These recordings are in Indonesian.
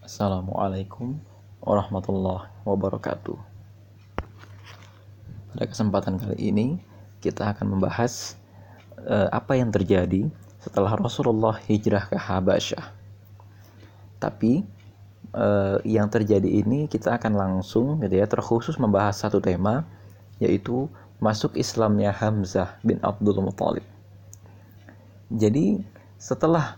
Assalamualaikum warahmatullahi wabarakatuh. Pada kesempatan kali ini kita akan membahas apa yang terjadi setelah Rasulullah hijrah ke Habasyah. Tapi yang terjadi ini kita akan langsung terkhusus membahas satu tema, yaitu masuk Islamnya Hamzah bin Abdul Muthalib. Jadi setelah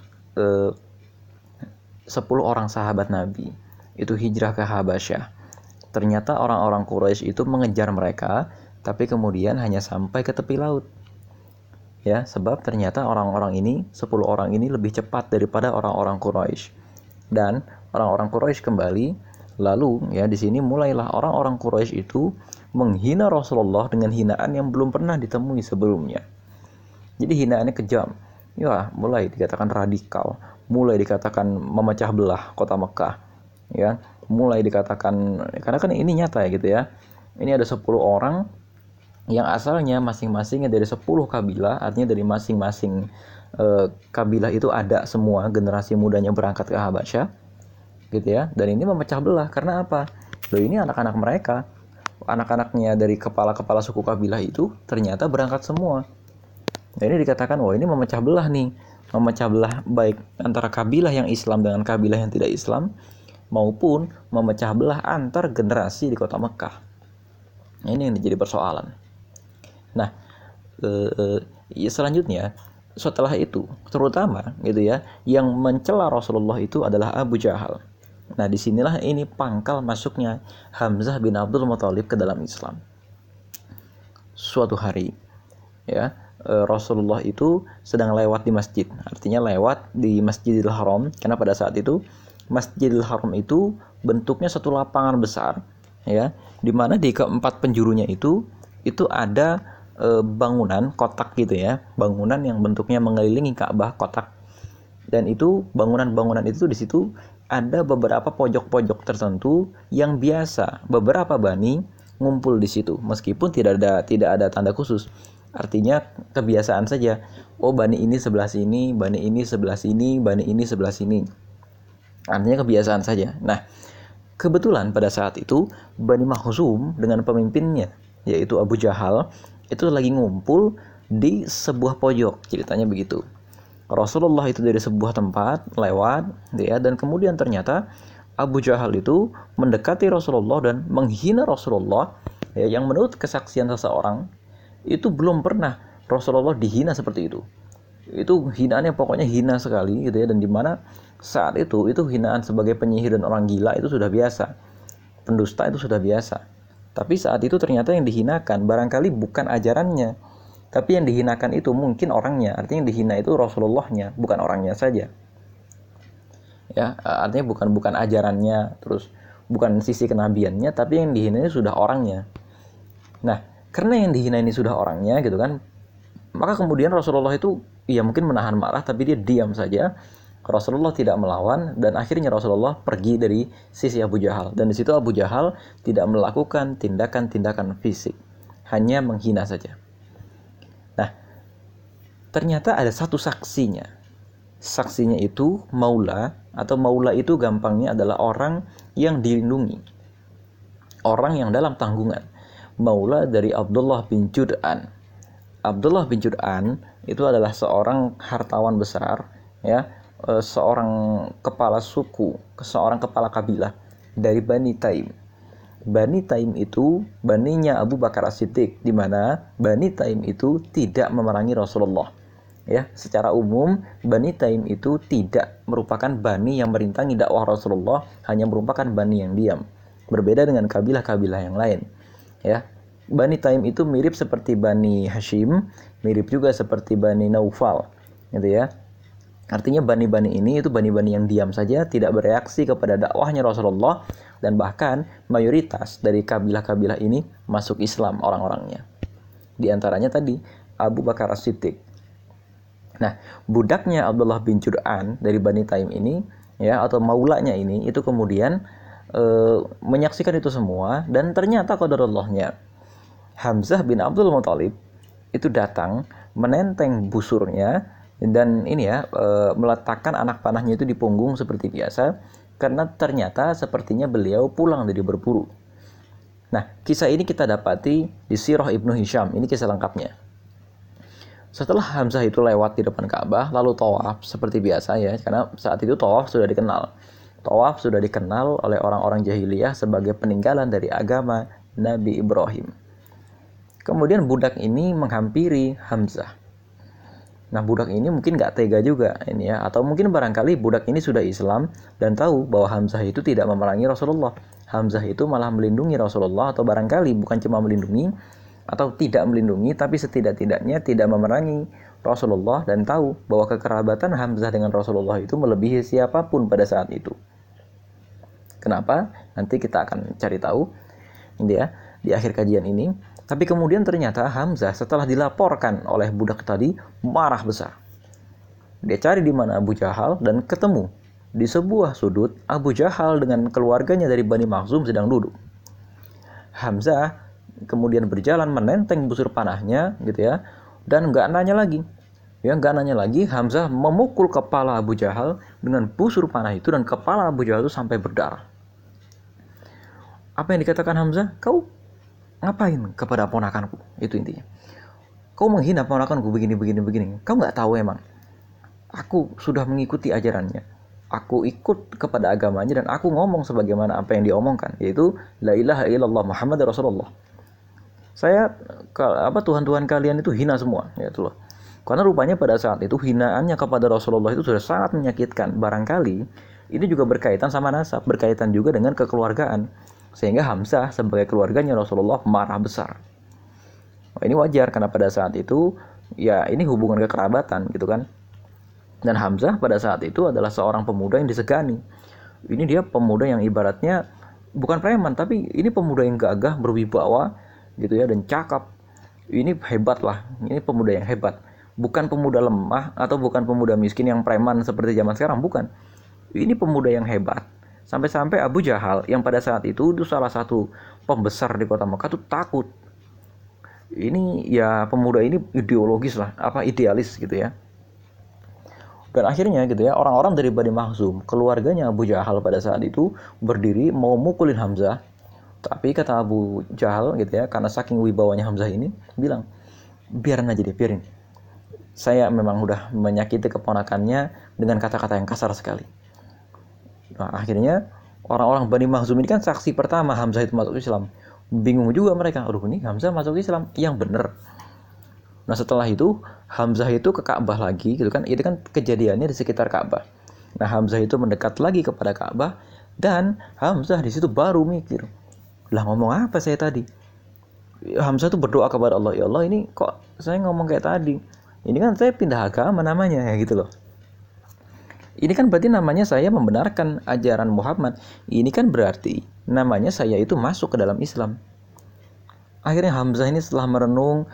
10 orang sahabat Nabi itu hijrah ke Habasyah, ternyata orang-orang Quraisy itu mengejar mereka, tapi kemudian hanya sampai ke tepi laut. Ya, sebab ternyata orang-orang ini, 10 orang ini lebih cepat daripada orang-orang Quraisy. Dan orang-orang Quraisy kembali, lalu ya di sini mulailah orang-orang Quraisy itu menghina Rasulullah dengan hinaan yang belum pernah ditemui sebelumnya. Jadi hinaannya kejam. Ya, mulai dikatakan radikal, mulai dikatakan memecah belah kota Mekah. Ya, mulai dikatakan, karena kan ini nyata ya gitu ya. Ini ada 10 orang yang asalnya masing-masingnya dari 10 kabilah, artinya dari masing-masing kabilah itu ada semua generasi mudanya berangkat ke Habasyah gitu ya. Dan ini memecah belah karena apa? Loh, ini anak-anak mereka, anak-anaknya dari kepala-kepala suku kabilah itu ternyata berangkat semua. Nah, ini dikatakan, wah ini memecah belah nih, memecah belah baik antara kabilah yang Islam dengan kabilah yang tidak Islam, maupun memecah belah antar generasi di kota Mekah. Nah, ini yang menjadi persoalan. Nah, selanjutnya setelah itu, terutama gitu ya, yang mencela Rasulullah itu adalah Abu Jahal. Nah, disinilah ini pangkal masuknya Hamzah bin Abdul Muthalib ke dalam Islam. Suatu hari, ya, Rasulullah itu sedang lewat di masjid, artinya lewat di Masjidil Haram, karena pada saat itu Masjidil Haram itu bentuknya satu lapangan besar, ya, di mana di keempat penjurunya itu ada bangunan kotak gitu ya, bangunan yang bentuknya mengelilingi Ka'bah, kotak. Dan itu bangunan-bangunan itu di situ ada beberapa pojok-pojok tertentu yang biasa beberapa bani ngumpul di situ, meskipun tidak ada tanda khusus. Artinya kebiasaan saja. Oh, bani ini sebelah sini, bani ini sebelah sini, bani ini sebelah sini. Artinya kebiasaan saja. Nah, kebetulan pada saat itu Bani Makhzum dengan pemimpinnya yaitu Abu Jahal itu lagi ngumpul di sebuah pojok, ceritanya begitu. Rasulullah itu dari sebuah tempat lewat ya, dan kemudian ternyata Abu Jahal itu mendekati Rasulullah dan menghina Rasulullah ya, yang menurut kesaksian seseorang itu belum pernah Rasulullah dihina seperti itu. Itu hinaannya pokoknya hina sekali gitu ya, dan dimana saat itu hinaan sebagai penyihir dan orang gila itu sudah biasa, pendusta itu sudah biasa. Tapi saat itu ternyata yang dihinakan barangkali bukan ajarannya, tapi yang dihinakan itu mungkin orangnya. Artinya yang dihina itu Rasulullahnya, bukan orangnya saja. Ya, artinya bukan ajarannya, terus bukan sisi kenabiannya, tapi yang dihina ini sudah orangnya. Nah, karena yang dihina ini sudah orangnya gitu kan, maka kemudian Rasulullah itu ya mungkin menahan marah, tapi dia diam saja. Rasulullah tidak melawan, dan akhirnya Rasulullah pergi dari sisi Abu Jahal. Dan di situ Abu Jahal tidak melakukan tindakan-tindakan fisik, hanya menghina saja. Nah, ternyata ada satu saksinya. Saksinya itu Maula, atau Maula itu gampangnya adalah orang yang dilindungi, orang yang dalam tanggungan. Maula dari Abdullah bin Jud'an. Abdullah bin Jud'an itu adalah seorang hartawan besar, ya, seorang kepala suku, seorang kepala kabilah dari Bani Taim. Bani Taim itu baninya Abu Bakar As-Siddiq, di mana Bani Taim itu tidak memerangi Rasulullah. Ya, secara umum Bani Taim itu tidak merupakan bani yang merintangi dakwah Rasulullah, hanya merupakan bani yang diam. Berbeda dengan kabilah-kabilah yang lain. Ya, Bani Taim itu mirip seperti Bani Hashim, mirip juga seperti Bani Naufal, gitu ya. Artinya bani-bani ini itu bani-bani yang diam saja, tidak bereaksi kepada dakwahnya Rasulullah, dan bahkan mayoritas dari kabilah-kabilah ini masuk Islam orang-orangnya. Di antaranya tadi Abu Bakar As-Siddiq. Nah, budaknya Abdullah bin Jud'an dari Bani Taim ini ya, atau maulanya ini itu kemudian menyaksikan itu semua, dan ternyata qadarullahnya Hamzah bin Abdul Muthalib itu datang menenteng busurnya, dan ini ya, meletakkan anak panahnya itu di punggung seperti biasa, karena ternyata sepertinya beliau pulang dari berburu. Nah, kisah ini kita dapati di Sirah Ibnu Hisham. Ini kisah lengkapnya. Setelah Hamzah itu lewat di depan Ka'bah, lalu tawaf seperti biasa ya, karena saat itu tawaf sudah dikenal. Tawaf sudah dikenal oleh orang-orang jahiliyah sebagai peninggalan dari agama Nabi Ibrahim. Kemudian budak ini menghampiri Hamzah. Nah, budak ini mungkin gak tega juga ini ya, atau mungkin barangkali budak ini sudah Islam dan tahu bahwa Hamzah itu tidak memerangi Rasulullah. Hamzah itu malah melindungi Rasulullah, atau barangkali bukan cuma melindungi atau tidak melindungi, tapi setidak-tidaknya tidak memerangi Rasulullah dan tahu bahwa kekerabatan Hamzah dengan Rasulullah itu melebihi siapapun pada saat itu. Kenapa? Nanti kita akan cari tahu ini ya di akhir kajian ini. Tapi kemudian ternyata Hamzah setelah dilaporkan oleh budak tadi marah besar. Dia cari di mana Abu Jahal dan ketemu di sebuah sudut Abu Jahal dengan keluarganya dari Bani Makhzum sedang duduk. Hamzah kemudian berjalan menenteng busur panahnya gitu ya, dan nggak nanya lagi. Ya, nggak nanya lagi, Hamzah memukul kepala Abu Jahal dengan busur panah itu dan kepala Abu Jahal itu sampai berdarah. Apa yang dikatakan Hamzah? Kau ngapain kepada ponakanku? Itu intinya. Kau menghina ponakanku begini. Kau nggak tahu emang? Aku sudah mengikuti ajarannya. Aku ikut kepada agamanya dan aku ngomong sebagaimana apa yang dia omongkan, yaitu la ilaha illallah Muhammad Rasulullah. Saya Tuhan-Tuhan kalian itu hina semua, ya itulah. Karena rupanya pada saat itu hinaannya kepada Rasulullah itu sudah sangat menyakitkan. Barangkali ini juga berkaitan sama nasab, berkaitan juga dengan kekeluargaan. Sehingga Hamzah sebagai keluarganya Rasulullah marah besar. Ini wajar karena pada saat itu ya ini hubungan kekerabatan gitu kan. Dan Hamzah pada saat itu adalah seorang pemuda yang disegani. Ini dia pemuda yang ibaratnya bukan preman, tapi ini pemuda yang gagah, berwibawa gitu ya, dan cakap. Ini hebat lah, ini pemuda yang hebat. Bukan pemuda lemah atau bukan pemuda miskin yang preman seperti zaman sekarang, bukan. Ini pemuda yang hebat. Sampai-sampai Abu Jahal yang pada saat itu salah satu pembesar di kota Mekah itu takut. Ini ya pemuda ini ideologis lah, idealis gitu ya. Dan akhirnya gitu ya, orang-orang dari Bani Makhzum, keluarganya Abu Jahal pada saat itu berdiri mau mukulin Hamzah. Tapi kata Abu Jahal gitu ya, karena saking wibawanya Hamzah ini, bilang, biarin aja deh, biarin. Saya memang udah menyakiti keponakannya dengan kata-kata yang kasar sekali. Nah, akhirnya orang-orang Bani Makhzum ini kan saksi pertama Hamzah itu masuk Islam. Bingung juga mereka, aduh ini Hamzah masuk Islam, yang bener. Nah setelah itu Hamzah itu ke Ka'bah lagi gitu kan. Itu kan kejadiannya di sekitar Ka'bah. Nah Hamzah itu mendekat lagi kepada Ka'bah, dan Hamzah di situ baru mikir, lah ngomong apa saya tadi? Hamzah tuh berdoa kepada Allah, ya Allah ini kok saya ngomong kayak tadi? Ini kan saya pindah agama namanya ya gitu loh. Ini kan berarti namanya saya membenarkan ajaran Muhammad. Ini kan berarti namanya saya itu masuk ke dalam Islam. Akhirnya Hamzah ini setelah merenung,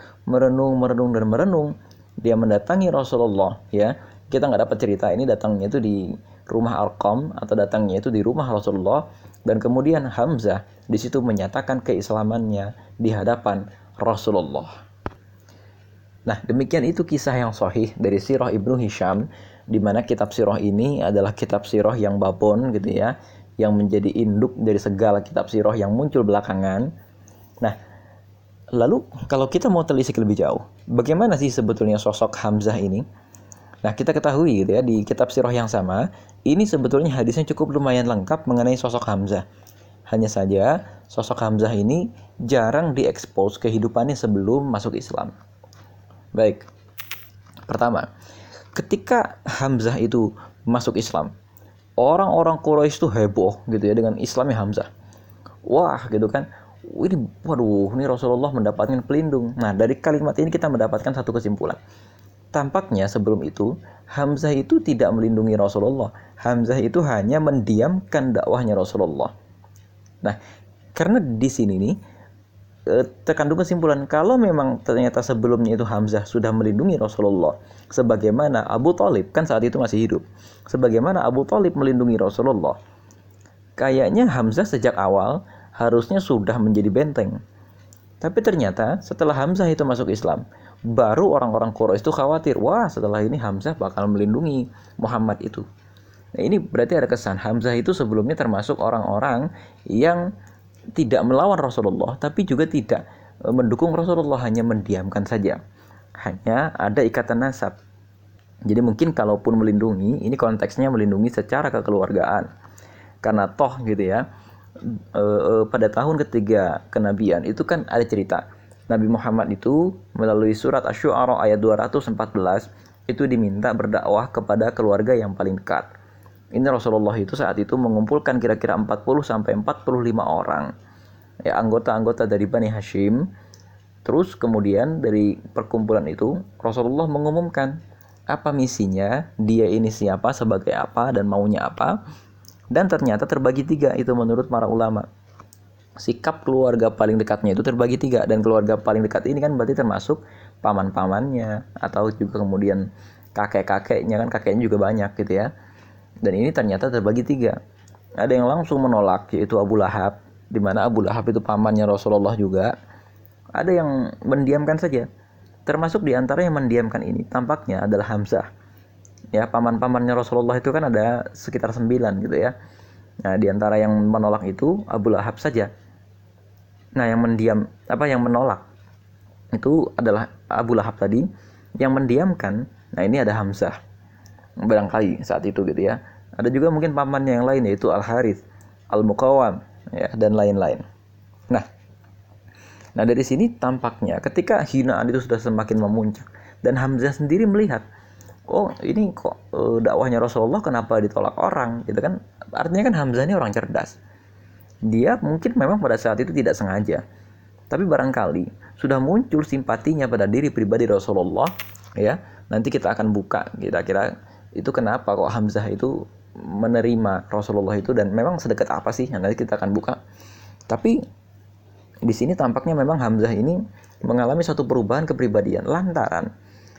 dia mendatangi Rasulullah ya. Kita nggak dapat cerita ini datangnya itu di rumah Arqam atau datangnya itu di rumah Rasulullah, dan kemudian Hamzah di situ menyatakan keislamannya di hadapan Rasulullah. Nah, demikian itu kisah yang sahih dari Sirah Ibnu Hisham, di mana kitab sirah ini adalah kitab sirah yang babon gitu ya, yang menjadi induk dari segala kitab sirah yang muncul belakangan. Nah, lalu kalau kita mau telisik lebih jauh, bagaimana sih sebetulnya sosok Hamzah ini? Nah, kita ketahui gitu ya, di kitab sirah yang sama, ini sebetulnya hadisnya cukup lumayan lengkap mengenai sosok Hamzah. Hanya saja, sosok Hamzah ini jarang diekspos kehidupannya sebelum masuk Islam. Baik, pertama, ketika Hamzah itu masuk Islam, orang-orang Quraisy itu heboh gitu ya dengan Islamnya Hamzah. Wah gitu kan, ini Rasulullah mendapatkan pelindung. Nah dari kalimat ini kita mendapatkan satu kesimpulan. Tampaknya sebelum itu Hamzah itu tidak melindungi Rasulullah. Hamzah itu hanya mendiamkan dakwahnya Rasulullah. Nah karena di sini nih terkandung kesimpulan, kalau memang ternyata sebelumnya itu Hamzah sudah melindungi Rasulullah, sebagaimana Abu Thalib kan saat itu masih hidup, sebagaimana Abu Thalib melindungi Rasulullah, kayaknya Hamzah sejak awal harusnya sudah menjadi benteng. Tapi ternyata setelah Hamzah itu masuk Islam, baru orang-orang Quraisy itu khawatir, wah setelah ini Hamzah bakal melindungi Muhammad itu. Nah, ini berarti ada kesan Hamzah itu sebelumnya termasuk orang-orang yang tidak melawan Rasulullah, tapi juga tidak mendukung Rasulullah, hanya mendiamkan saja. Hanya ada ikatan nasab. Jadi mungkin kalaupun melindungi, ini konteksnya melindungi secara kekeluargaan. Karena toh gitu ya, pada tahun ketiga kenabian itu kan ada cerita Nabi Muhammad itu melalui surat Asy-Syu'ara ayat 214 itu diminta berdakwah kepada keluarga yang paling dekat. Ini Rasulullah itu saat itu mengumpulkan kira-kira 40 sampai 45 orang ya, anggota-anggota dari Bani Hashim. Terus kemudian dari perkumpulan itu Rasulullah mengumumkan apa misinya, dia ini siapa, sebagai apa, dan maunya apa. Dan ternyata terbagi tiga itu menurut para ulama. Sikap keluarga paling dekatnya itu terbagi tiga, dan keluarga paling dekat ini kan berarti termasuk paman-pamannya atau juga kemudian kakek-kakeknya, kan kakeknya juga banyak gitu ya. Dan ini ternyata terbagi tiga. Ada yang langsung menolak, yaitu Abu Lahab, di mana Abu Lahab itu pamannya Rasulullah juga. Ada yang mendiamkan saja. Termasuk di antara yang mendiamkan ini tampaknya adalah Hamzah. Ya, paman-pamannya Rasulullah itu kan ada sekitar 9 gitu ya. Nah, di antara yang menolak itu Abu Lahab saja. Nah, yang menolak itu adalah Abu Lahab tadi. Yang mendiamkan, nah ini ada Hamzah. Barangkali saat itu gitu ya. Ada juga mungkin pamannya yang lain, yaitu Al-Harith, Al-Muqawam, ya, dan lain-lain. Nah, dari sini tampaknya ketika hinaan itu sudah semakin memuncak dan Hamzah sendiri melihat, oh ini kok dakwahnya Rasulullah kenapa ditolak orang, gitu kan? Artinya kan Hamzah ini orang cerdas. Dia mungkin memang pada saat itu tidak sengaja, tapi barangkali sudah muncul simpatinya pada diri pribadi Rasulullah, ya. Nanti kita akan buka kira-kira itu kenapa kok Hamzah itu menerima Rasulullah itu, dan memang sedekat apa sih, nanti kita akan buka. Tapi di sini tampaknya memang Hamzah ini mengalami suatu perubahan kepribadian lantaran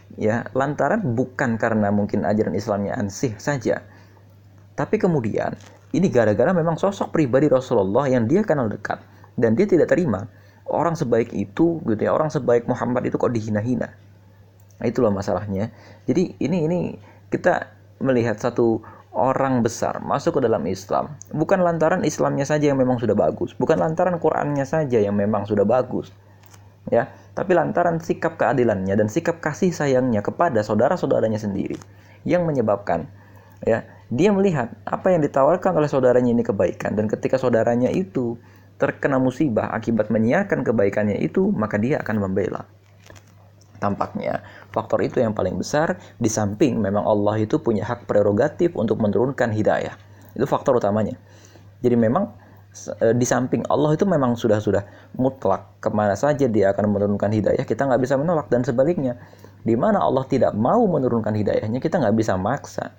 bukan karena mungkin ajaran Islamnya ansih saja, tapi kemudian ini gara-gara memang sosok pribadi Rasulullah yang dia kenal dekat, dan dia tidak terima orang sebaik itu gitu ya, orang sebaik Muhammad itu kok dihina-hina. Nah, itulah masalahnya. Jadi ini kita melihat satu orang besar masuk ke dalam Islam bukan lantaran Islamnya saja yang memang sudah bagus, bukan lantaran Qurannya saja yang memang sudah bagus, ya, tapi lantaran sikap keadilannya dan sikap kasih sayangnya kepada saudara-saudaranya sendiri yang menyebabkan, ya, dia melihat apa yang ditawarkan oleh saudaranya ini kebaikan, dan ketika saudaranya itu terkena musibah akibat menyiarkan kebaikannya itu, maka dia akan membela. Tampaknya faktor itu yang paling besar, di samping memang Allah itu punya hak prerogatif untuk menurunkan hidayah. Itu faktor utamanya. Jadi memang di samping Allah itu memang sudah mutlak kemana saja dia akan menurunkan hidayah, kita nggak bisa menolak. Dan sebaliknya, di mana Allah tidak mau menurunkan hidayahnya, kita nggak bisa maksa.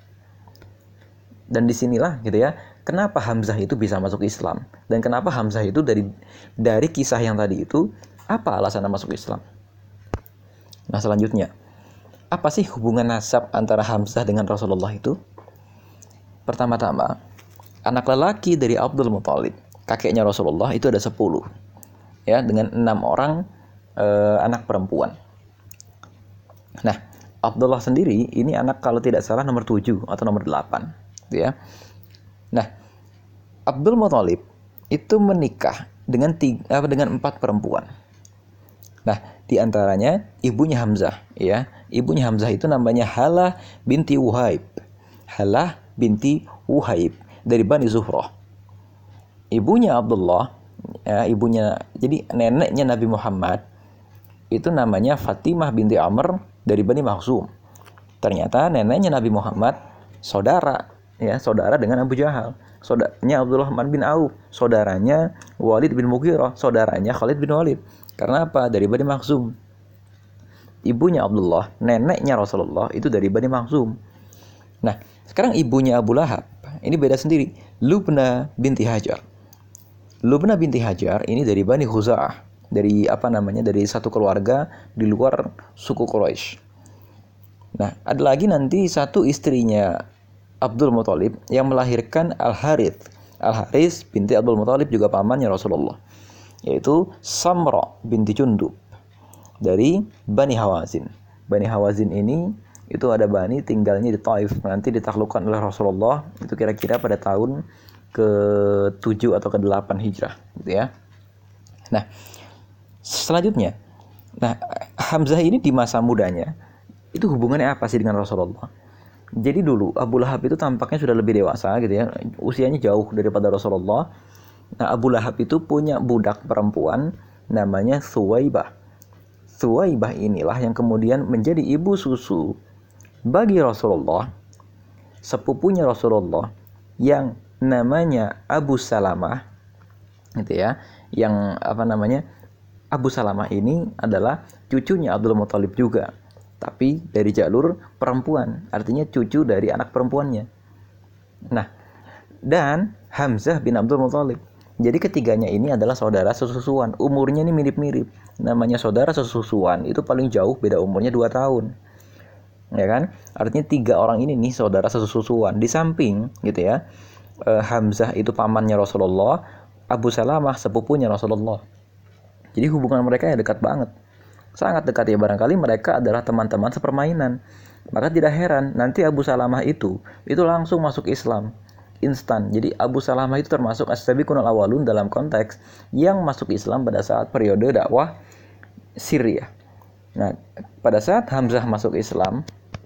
Dan disinilah gitu ya, kenapa Hamzah itu bisa masuk Islam, dan kenapa Hamzah itu dari kisah yang tadi itu, apa alasannya masuk Islam. Nah, selanjutnya, apa sih hubungan nasab antara Hamzah dengan Rasulullah itu? Pertama-tama, anak lelaki dari Abdul Muthalib, kakeknya Rasulullah itu ada 10, ya, dengan 6 orang anak perempuan. Nah, Abdullah sendiri ini anak kalau tidak salah nomor 7 atau nomor 8, gitu ya. Nah, Abdul Muthalib itu menikah dengan 4 perempuan. Nah, di antaranya ibunya Hamzah, ya. Ibunya Hamzah itu namanya Halah binti Wuhaib. Halah binti Wuhaib dari Bani Zuhrah. Ibunya Abdullah, ya, jadi neneknya Nabi Muhammad itu namanya Fatimah binti Amr dari Bani Makhzum. Ternyata neneknya Nabi Muhammad saudara dengan Abu Jahal. Saudaranya Abdurrahman bin Auf, saudaranya Walid bin Mughirah, saudaranya Khalid bin Walid. Karena apa? Dari Bani Makhzum. Ibunya Abdullah, neneknya Rasulullah itu dari Bani Makhzum. Nah, sekarang ibunya Abu Lahab ini beda sendiri. Lubna binti Hajar. Lubna binti Hajar ini dari Bani Khuza'ah, dari dari satu keluarga di luar suku Quraisy. Nah, ada lagi nanti satu istrinya Abdul Muthalib yang melahirkan Al-Harith. Al-Harith binti Abdul Muthalib juga pamannya Rasulullah, yaitu Samra binti Jundub dari Bani Hawazin. Bani Hawazin ini Itu ada Bani tinggalnya di Taif, nanti ditaklukkan oleh Rasulullah itu kira-kira pada tahun ke-7 atau ke-8 Hijrah gitu ya. Nah, selanjutnya, Hamzah ini di masa mudanya itu hubungannya apa sih dengan Rasulullah? Jadi dulu Abu Lahab itu tampaknya sudah lebih dewasa gitu ya, usianya jauh daripada Rasulullah. Nah, Abu Lahab itu punya budak perempuan namanya Thuwaibah. Thuwaibah inilah yang kemudian menjadi ibu susu bagi Rasulullah, sepupunya Rasulullah yang namanya Abu Salamah gitu ya. Yang Abu Salamah ini adalah cucunya Abdul Muthalib juga, tapi dari jalur perempuan, artinya cucu dari anak perempuannya. Nah, dan Hamzah bin Abdul Muthalib. Jadi ketiganya ini adalah saudara sesusuan. Umurnya ini mirip-mirip. Namanya saudara sesusuan itu paling jauh beda umurnya 2 tahun. Ya kan? Artinya 3 orang ini nih saudara sesusuan. Di samping gitu ya, Hamzah itu pamannya Rasulullah, Abu Salamah sepupunya Rasulullah. Jadi hubungan mereka ya dekat banget. Sangat dekat ya, barangkali mereka adalah teman-teman sepermainan. Maka tidak heran nanti Abu Salamah itu langsung masuk Islam instan. Jadi Abu Salamah itu termasuk as-sabiqunal awalun dalam konteks yang masuk Islam pada saat periode dakwah Syria. Nah, pada saat Hamzah masuk Islam,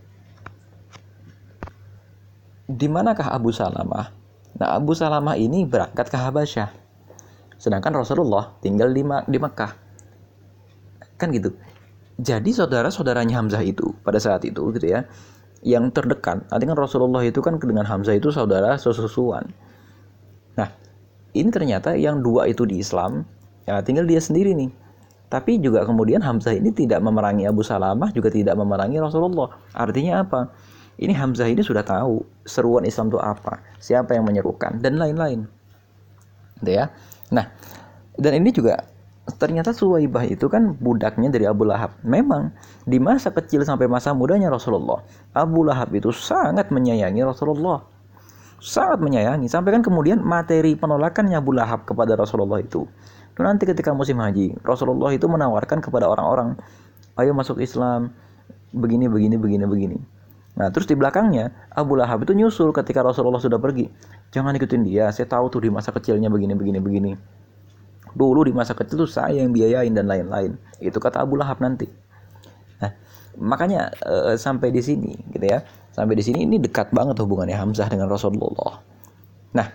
di manakah Abu Salamah? Nah, Abu Salamah ini berangkat ke Habasyah, sedangkan Rasulullah tinggal di Mekah. Kan gitu. Jadi saudara-saudaranya Hamzah itu pada saat itu gitu ya, yang terdekat. Nanti kan Rasulullah itu kan dengan Hamzah itu saudara sesusuan. Nah, ini ternyata yang 2 itu di Islam, ya tinggal dia sendiri nih. Tapi juga kemudian Hamzah ini tidak memerangi Abu Salamah, juga tidak memerangi Rasulullah. Artinya apa? Ini Hamzah ini sudah tahu seruan Islam itu apa, siapa yang menyerukan, dan lain-lain. Gitu ya. Nah, dan ini juga ternyata Suwaibah itu kan budaknya dari Abu Lahab. Memang di masa kecil sampai masa mudanya Rasulullah, Abu Lahab itu sangat menyayangi Rasulullah. Sangat menyayangi. Sampai kan kemudian materi penolakannya Abu Lahab kepada Rasulullah itu nanti ketika musim haji, Rasulullah itu menawarkan kepada orang-orang, ayo masuk Islam, begini. Nah, terus di belakangnya Abu Lahab itu nyusul ketika Rasulullah sudah pergi. Jangan ikutin dia, saya tahu tuh di masa kecilnya begini. Dulu di masa kecil tuh saya yang biayain dan lain-lain. Itu kata Abu Lahab nanti. Nah, makanya sampai di sini gitu ya. Sampai di sini ini dekat banget hubungannya Hamzah dengan Rasulullah. Nah,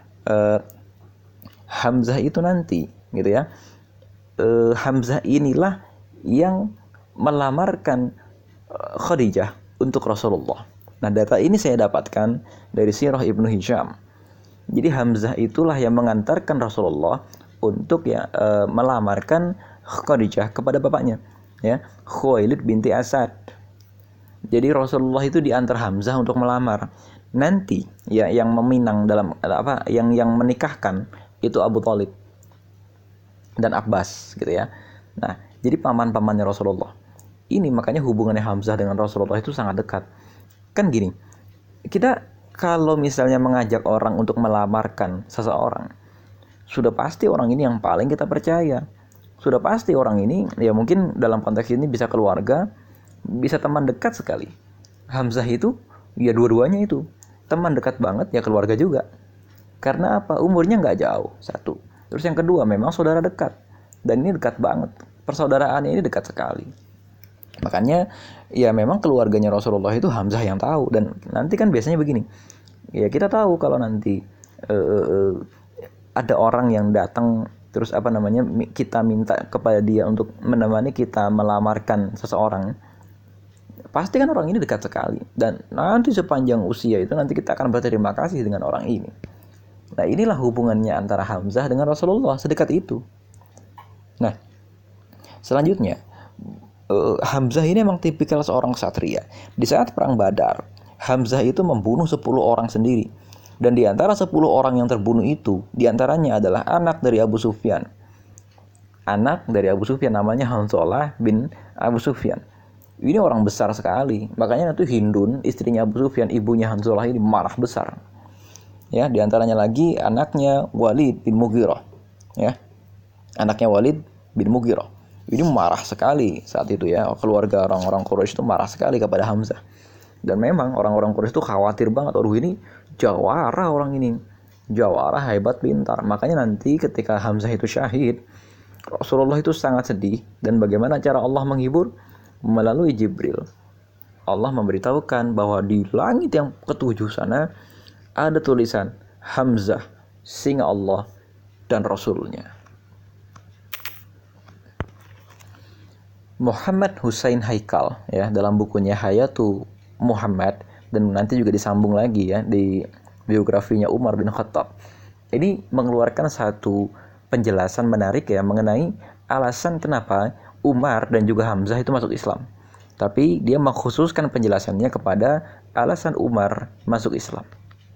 Hamzah itu nanti gitu ya. Hamzah inilah yang melamarkan Khadijah untuk Rasulullah. Nah, data ini saya dapatkan dari Sirah Ibnu Hisham. Jadi Hamzah itulah yang mengantarkan Rasulullah untuk melamarkan Khadijah kepada bapaknya, ya, Khuwailid binti Asad. Jadi Rasulullah itu diantar Hamzah untuk melamar. Nanti ya yang meminang dalam yang menikahkan itu Abu Thalib dan Abbas gitu ya. Nah, jadi paman-pamannya Rasulullah. Ini makanya hubungannya Hamzah dengan Rasulullah itu sangat dekat. Kan gini, kita kalau misalnya mengajak orang untuk melamarkan seseorang, sudah pasti orang ini yang paling kita percaya. Sudah pasti orang ini, ya mungkin dalam konteks ini bisa keluarga, bisa teman dekat sekali. Hamzah itu, ya dua-duanya itu. Teman dekat banget, ya keluarga juga. Karena apa? Umurnya nggak jauh, satu. Terus yang kedua, memang saudara dekat. Dan ini dekat banget. Persaudaraannya ini dekat sekali. Makanya ya memang keluarganya Rasulullah itu Hamzah yang tahu. Dan nanti kan biasanya begini, ya kita tahu kalau nanti ada orang yang datang terus kita minta kepada dia untuk menemani kita melamarkan seseorang, pasti kan orang ini dekat sekali. Dan nanti sepanjang usia itu nanti kita akan berterima kasih dengan orang ini. Nah, inilah hubungannya antara Hamzah dengan Rasulullah, sedekat itu. Nah, selanjutnya Hamzah ini memang tipikal seorang ksatria. Di saat perang Badar, Hamzah itu membunuh 10 orang sendiri. Dan di antara 10 orang yang terbunuh itu, di antaranya adalah anak dari Abu Sufyan. Anak dari Abu Sufyan namanya Hanzalah bin Abu Sufyan. Ini orang besar sekali. Makanya itu Hindun, istrinya Abu Sufyan, ibunya Hanzalah ini marah besar. Ya, di antaranya lagi anaknya Walid bin Mughirah. Ya. Anaknya Walid bin Mughirah. Ini marah sekali saat itu ya, keluarga orang-orang Quraisy itu marah sekali kepada Hamzah. Dan memang orang-orang Quraisy itu khawatir banget, aduh ini jawara orang ini, jawara hebat pintar. Makanya nanti ketika Hamzah itu syahid, Rasulullah itu sangat sedih. Dan bagaimana cara Allah menghibur? Melalui Jibril. Allah memberitahukan bahwa di langit yang ketujuh sana ada tulisan Hamzah, singa Allah dan Rasulnya. Muhammad Hussein Haikal ya, dalam bukunya Hayatu Muhammad, dan nanti juga disambung lagi ya di biografinya Umar bin Khattab. Ini mengeluarkan satu penjelasan menarik ya mengenai alasan kenapa Umar dan juga Hamzah itu masuk Islam. Tapi dia mengkhususkan penjelasannya kepada alasan Umar masuk Islam.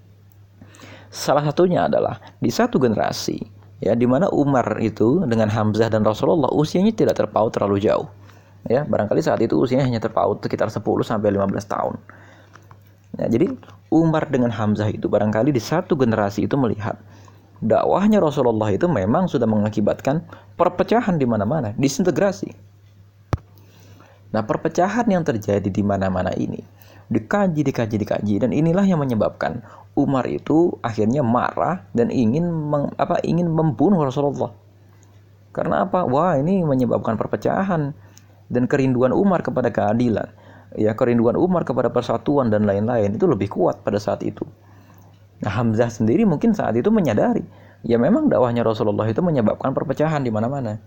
Salah satunya adalah di satu generasi ya, di mana Umar itu dengan Hamzah dan Rasulullah usianya tidak terpaut terlalu jauh. Ya, barangkali saat itu usianya hanya terpaut sekitar 10 sampai 15 tahun. Ya, jadi Umar dengan Hamzah itu barangkali di satu generasi itu melihat dakwahnya Rasulullah itu memang sudah mengakibatkan perpecahan di mana-mana, disintegrasi. Nah, perpecahan yang terjadi di mana-mana ini dikaji, dan inilah yang menyebabkan Umar itu akhirnya marah dan ingin membunuh Rasulullah. Karena apa? Wah, ini menyebabkan perpecahan dan kerinduan Umar kepada keadilan, ya kerinduan Umar kepada persatuan dan lain-lain itu lebih kuat pada saat itu. Nah, Hamzah sendiri mungkin saat itu menyadari, ya memang dakwahnya Rasulullah itu menyebabkan perpecahan di mana-mana.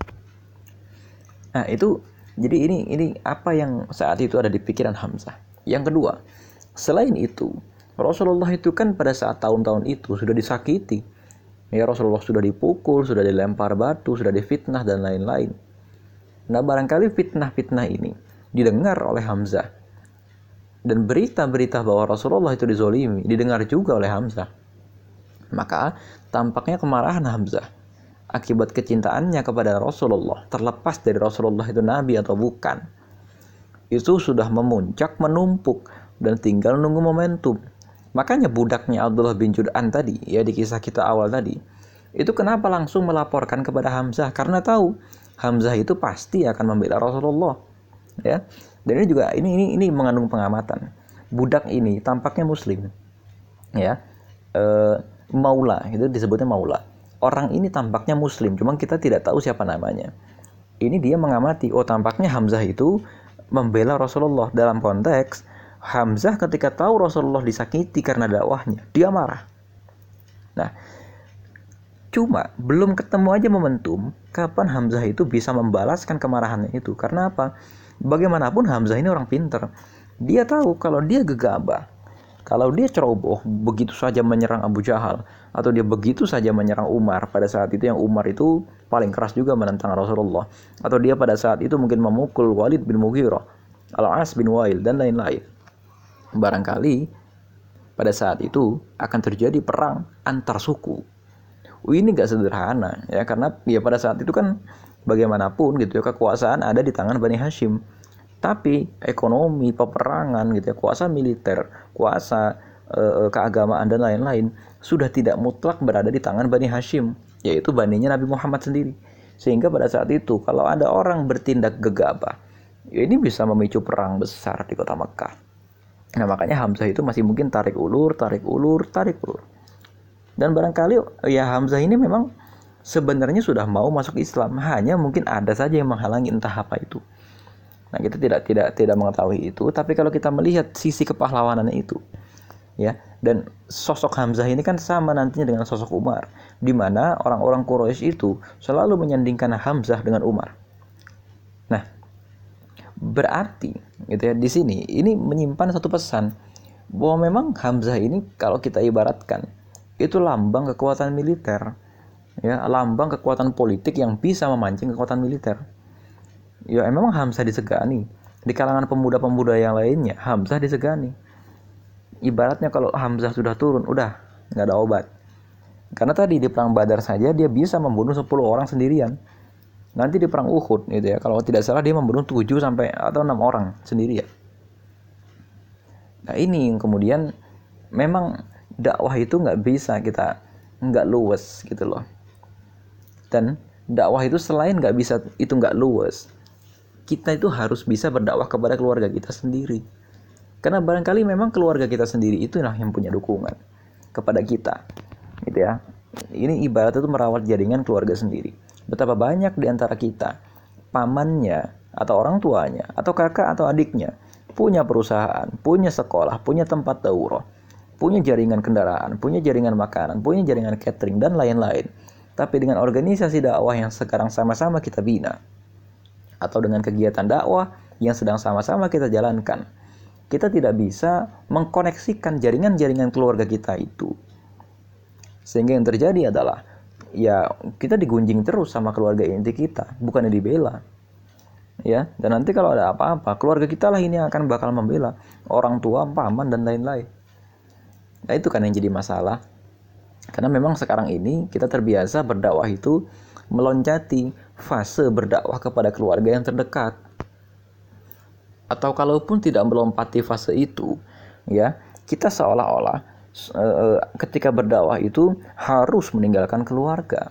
Nah, itu jadi ini apa yang saat itu ada di pikiran Hamzah. Yang kedua, selain itu, Rasulullah itu kan pada saat tahun-tahun itu sudah disakiti. Ya, Rasulullah sudah dipukul, sudah dilempar batu, sudah difitnah dan lain-lain. Nah, barangkali fitnah-fitnah ini didengar oleh Hamzah. Dan berita-berita bahwa Rasulullah itu dizolimi didengar juga oleh Hamzah. Maka tampaknya kemarahan Hamzah akibat kecintaannya kepada Rasulullah, terlepas dari Rasulullah itu nabi atau bukan, itu sudah memuncak, menumpuk, dan tinggal nunggu momentum. Makanya budaknya Abdullah bin Jud'an tadi, ya di kisah kita awal tadi, itu kenapa langsung melaporkan kepada Hamzah? Karena tahu Hamzah itu pasti akan membela Rasulullah, ya. Dan ini juga ini mengandung pengamatan. Budak ini tampaknya Muslim, ya. Maula itu disebutnya maula. Orang ini tampaknya Muslim, cuma kita tidak tahu siapa namanya. Ini dia mengamati, oh tampaknya Hamzah itu membela Rasulullah dalam konteks Hamzah ketika tahu Rasulullah disakiti karena dakwahnya, dia marah. Nah, cuma belum ketemu aja momentum kapan Hamzah itu bisa membalaskan kemarahannya itu. Karena apa? Bagaimanapun Hamzah ini orang pintar. Dia tahu kalau dia gegabah, kalau dia ceroboh, begitu saja menyerang Abu Jahal, atau dia begitu saja menyerang Umar pada saat itu yang Umar itu paling keras juga menentang Rasulullah, atau dia pada saat itu mungkin memukul Walid bin Mughirah, Al-As bin Wail dan lain-lain. Barangkali pada saat itu akan terjadi perang antar suku. Ini gak sederhana ya, karena ya pada saat itu kan bagaimanapun gitu ya kekuasaan ada di tangan Bani Hashim. Tapi ekonomi, peperangan gitu ya, kuasa militer, kuasa keagamaan dan lain-lain sudah tidak mutlak berada di tangan Bani Hashim, yaitu baninya Nabi Muhammad sendiri. Sehingga pada saat itu kalau ada orang bertindak gegabah, ya ini bisa memicu perang besar di kota Mekah. Nah, makanya Hamzah itu masih mungkin tarik ulur. Dan barangkali ya Hamzah ini memang sebenarnya sudah mau masuk Islam, hanya mungkin ada saja yang menghalangi, entah apa itu. Nah, kita tidak mengetahui itu, tapi kalau kita melihat sisi kepahlawanannya itu, ya, dan sosok Hamzah ini kan sama nantinya dengan sosok Umar, di mana orang-orang Quraisy itu selalu menyandingkan Hamzah dengan Umar. Nah, berarti gitu ya, di sini ini menyimpan satu pesan bahwa memang Hamzah ini kalau kita ibaratkan itu lambang kekuatan militer, ya, lambang kekuatan politik yang bisa memancing kekuatan militer. Ya memang Hamzah disegani. Di kalangan pemuda-pemuda yang lainnya Hamzah disegani. Ibaratnya kalau Hamzah sudah turun, udah nggak ada obat. Karena tadi di perang Badar saja dia bisa membunuh 10 orang sendirian. Nanti di perang Uhud gitu ya, kalau tidak salah dia membunuh 7 sampai atau 6 orang sendirian. Nah, ini yang kemudian memang dakwah itu nggak bisa kita nggak luwes gitu loh. Dan Dakwah itu selain nggak bisa, itu nggak luas, kita itu harus bisa berdakwah kepada keluarga kita sendiri. Karena barangkali memang keluarga kita sendiri itulah yang punya dukungan kepada kita, gitu ya. Ini ibarat itu merawat jaringan keluarga sendiri. Betapa banyak di antara kita, pamannya atau orang tuanya atau kakak atau adiknya punya perusahaan, punya sekolah, punya tempat daurah, punya jaringan kendaraan, punya jaringan makanan, punya jaringan catering dan lain-lain. Tapi dengan organisasi dakwah yang sekarang sama-sama kita bina, atau dengan kegiatan dakwah yang sedang sama-sama kita jalankan, kita tidak bisa mengkoneksikan jaringan-jaringan keluarga kita itu. Sehingga yang terjadi adalah, ya kita digunjing terus sama keluarga inti kita, bukannya dibela. Ya, dan nanti kalau ada apa-apa, keluarga kita lah ini yang akan bakal membela, orang tua, paman dan lain-lain. Nah, itu kan yang jadi masalah. Karena memang sekarang ini kita terbiasa berdakwah itu meloncati fase berdakwah kepada keluarga yang terdekat. Atau kalaupun tidak melompati fase itu, ya, kita seolah-olah ketika berdakwah itu harus meninggalkan keluarga.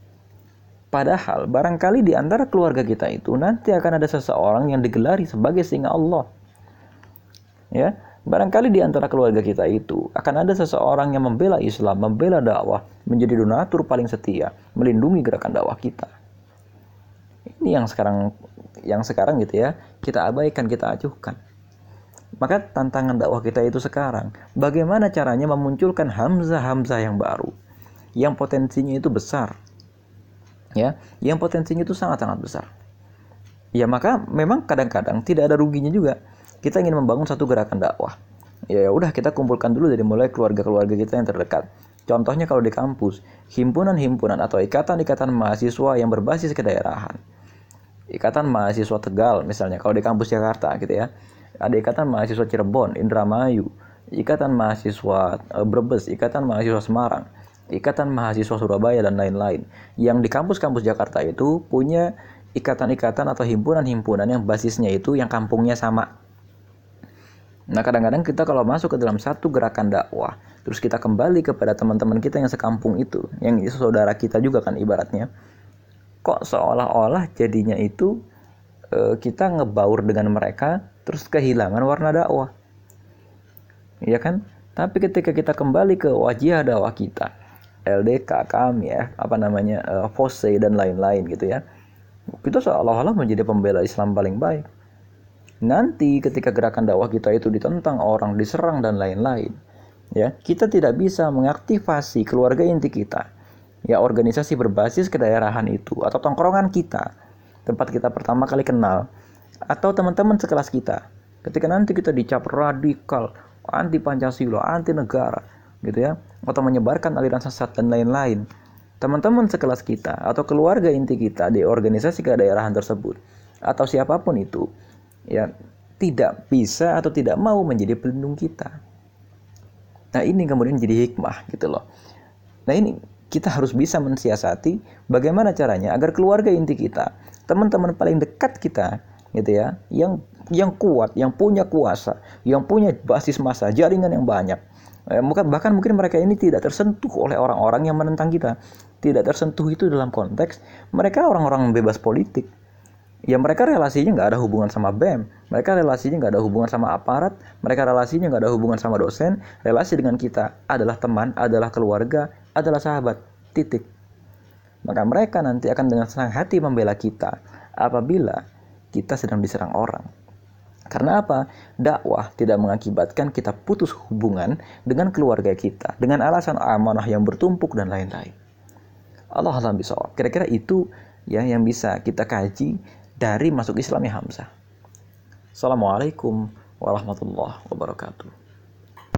Padahal barangkali di antara keluarga kita itu nanti akan ada seseorang yang digelari sebagai singa Allah. Ya, barangkali di antara keluarga kita itu akan ada seseorang yang membela Islam, membela dakwah, menjadi donatur paling setia, melindungi gerakan dakwah kita. Ini yang sekarang gitu ya, kita abaikan, kita acuhkan. Maka tantangan dakwah kita itu sekarang, bagaimana caranya memunculkan hamzah-hamzah yang baru, yang potensinya itu besar. Ya, yang potensinya itu sangat-sangat besar. Ya, maka memang kadang-kadang tidak ada ruginya juga. Kita ingin membangun satu gerakan dakwah. Ya udah, kita kumpulkan dulu dari mulai keluarga-keluarga kita yang terdekat. Contohnya kalau di kampus, himpunan-himpunan atau ikatan-ikatan mahasiswa yang berbasis kedaerahan. Ikatan mahasiswa Tegal misalnya, kalau di kampus Jakarta gitu ya. Ada ikatan mahasiswa Cirebon, Indramayu, ikatan mahasiswa Brebes, ikatan mahasiswa Semarang, ikatan mahasiswa Surabaya dan lain-lain. Yang di kampus-kampus Jakarta itu punya ikatan-ikatan atau himpunan-himpunan yang basisnya itu yang kampungnya sama. Nah, kadang-kadang kita kalau masuk ke dalam satu gerakan dakwah, terus kita kembali kepada teman-teman kita yang sekampung itu, yang saudara kita juga kan ibaratnya, kok seolah-olah jadinya itu kita ngebaur dengan mereka, terus kehilangan warna dakwah. Ya kan? Tapi ketika kita kembali ke wajah dakwah kita, LDK, kami ya, FOSE dan lain-lain gitu ya, kita seolah-olah menjadi pembela Islam paling baik. Nanti ketika gerakan dakwah kita itu ditentang orang, diserang dan lain-lain, ya, kita tidak bisa mengaktifasi keluarga inti kita, ya, organisasi berbasis kedaerahan itu, atau tongkrongan kita, tempat kita pertama kali kenal, atau teman-teman sekelas kita. Ketika nanti kita dicap radikal, anti Pancasila, anti negara, gitu ya, atau menyebarkan aliran sesat dan lain-lain, teman-teman sekelas kita atau keluarga inti kita di organisasi kedaerahan tersebut, atau siapapun itu, ya, tidak bisa atau tidak mau menjadi pelindung kita. Nah, ini kemudian jadi hikmah gitu loh. Nah, ini kita harus bisa mensiasati bagaimana caranya agar keluarga inti kita, teman-teman paling dekat kita gitu ya, yang kuat, yang punya kuasa, yang punya basis massa, jaringan yang banyak, bahkan mungkin mereka ini tidak tersentuh oleh orang-orang yang menentang kita. Tidak tersentuh itu dalam konteks mereka orang-orang bebas politik. Ya, mereka relasinya nggak ada hubungan sama BEM, mereka relasinya nggak ada hubungan sama aparat, mereka relasinya nggak ada hubungan sama dosen. Relasi dengan kita adalah teman, adalah keluarga, adalah sahabat, titik. Maka mereka nanti akan dengan senang hati membela kita apabila kita sedang diserang orang. Karena apa? Dakwah tidak mengakibatkan kita putus hubungan dengan keluarga kita dengan alasan amanah yang bertumpuk dan lain-lain. Allah a'lam bishawab. Kira-kira itu ya yang bisa kita kaji dari masuk Islamnya Hamzah. Assalamualaikum warahmatullahi wabarakatuh.